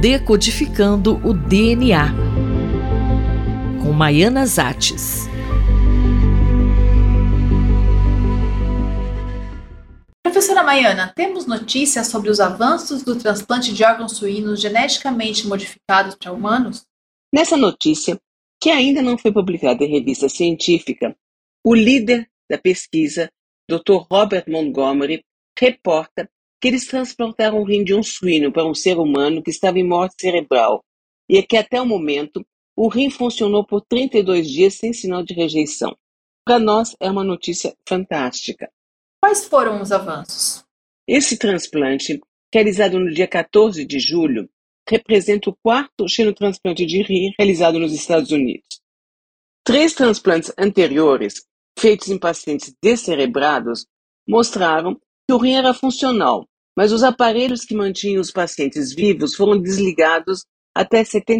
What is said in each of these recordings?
Decodificando o DNA, com Maiana Zates. Professora Maiana, temos notícias sobre os avanços do transplante de órgãos suínos geneticamente modificados para humanos? Nessa notícia, que ainda não foi publicada em revista científica, o líder da pesquisa, Dr. Robert Montgomery, reporta que eles transplantaram o rim de um suíno para um ser humano que estava em morte cerebral e que até o momento o rim funcionou por 32 dias sem sinal de rejeição. Para nós é uma notícia fantástica. Quais foram os avanços? Esse transplante, realizado no dia 14 de julho, representa o quarto xenotransplante de rim realizado nos Estados Unidos. 3 transplantes anteriores, feitos em pacientes descerebrados, mostraram que o rim era funcional, mas os aparelhos que mantinham os pacientes vivos foram desligados até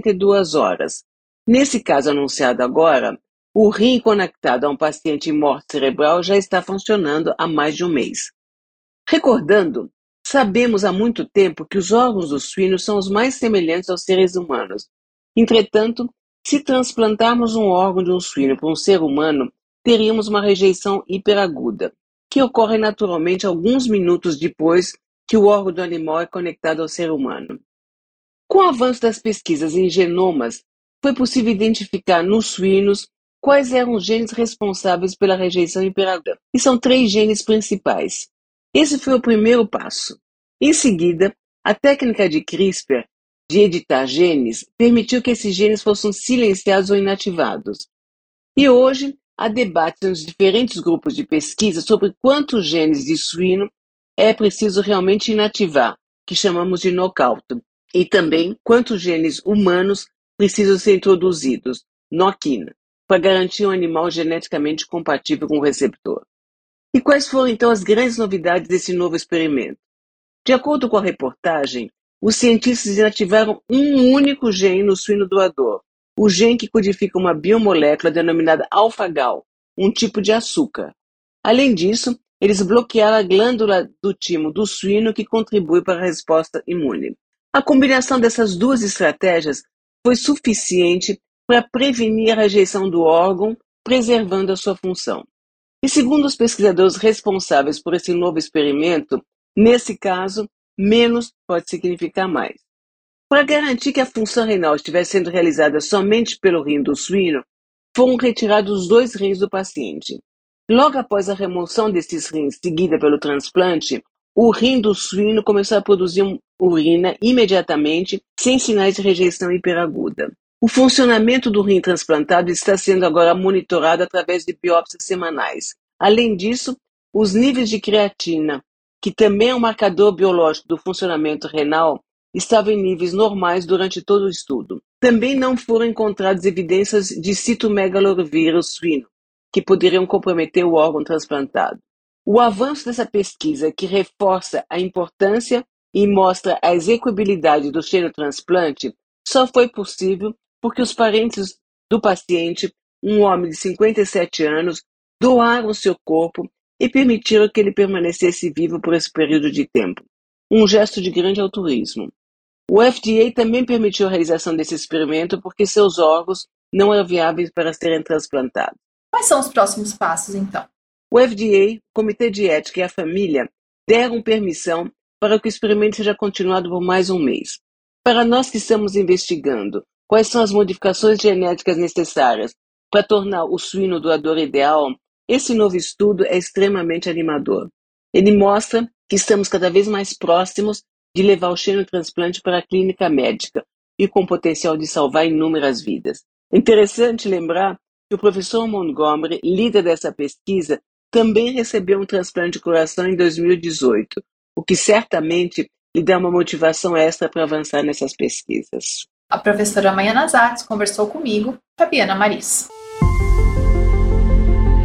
72 horas. Nesse caso anunciado agora, o rim conectado a um paciente em morte cerebral já está funcionando há mais de um mês. Recordando, sabemos há muito tempo que os órgãos dos suínos são os mais semelhantes aos seres humanos. Entretanto, se transplantarmos um órgão de um suíno para um ser humano, teríamos uma rejeição hiperaguda, que ocorre naturalmente alguns minutos depois que o órgão do animal é conectado ao ser humano. Com o avanço das pesquisas em genomas, foi possível identificar nos suínos quais eram os genes responsáveis pela rejeição hiperaguda, e são 3 genes principais. Esse foi o primeiro passo. Em seguida, a técnica de CRISPR, de editar genes, permitiu que esses genes fossem silenciados ou inativados. E hoje, há debates nos diferentes grupos de pesquisa sobre quantos genes de suíno é preciso realmente inativar, que chamamos de knockout, e também quantos genes humanos precisam ser introduzidos, knock-in, para garantir um animal geneticamente compatível com o receptor. E quais foram então as grandes novidades desse novo experimento? De acordo com a reportagem, os cientistas inativaram um único gene no suíno doador, o gene que codifica uma biomolécula denominada alfa-gal, um tipo de açúcar. Além disso, eles bloquearam a glândula do timo do suíno que contribui para a resposta imune. A combinação dessas 2 estratégias foi suficiente para prevenir a rejeição do órgão, preservando a sua função. E segundo os pesquisadores responsáveis por esse novo experimento, nesse caso, menos pode significar mais. Para garantir que a função renal estivesse sendo realizada somente pelo rim do suíno, foram retirados os 2 rins do paciente. Logo após a remoção desses rins, seguida pelo transplante, o rim do suíno começou a produzir urina imediatamente, sem sinais de rejeição hiperaguda. O funcionamento do rim transplantado está sendo agora monitorado através de biópsias semanais. Além disso, os níveis de creatina, que também é um marcador biológico do funcionamento renal, estavam em níveis normais durante todo o estudo. Também não foram encontradas evidências de citomegalovírus suíno, que poderiam comprometer o órgão transplantado. O avanço dessa pesquisa, que reforça a importância e mostra a execuibilidade do xenotransplante, só foi possível porque os parentes do paciente, um homem de 57 anos, doaram seu corpo e permitiram que ele permanecesse vivo por esse período de tempo. Um gesto de grande altruísmo. O FDA também permitiu a realização desse experimento porque seus órgãos não eram viáveis para serem transplantados. Quais são os próximos passos, então? O FDA, o Comitê de Ética e a família deram permissão para que o experimento seja continuado por mais um mês. Para nós que estamos investigando quais são as modificações genéticas necessárias para tornar o suíno doador ideal, esse novo estudo é extremamente animador. Ele mostra que estamos cada vez mais próximos de levar o xenotransplante para a clínica médica e com potencial de salvar inúmeras vidas. É interessante lembrar que o professor Montgomery, líder dessa pesquisa, também recebeu um transplante de coração em 2018, o que certamente lhe dá uma motivação extra para avançar nessas pesquisas. A professora Maiana Zates conversou comigo, Fabiana Maris.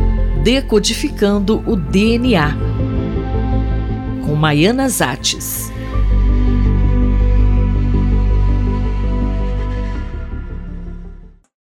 Decodificando o DNA, com Maiana Zates.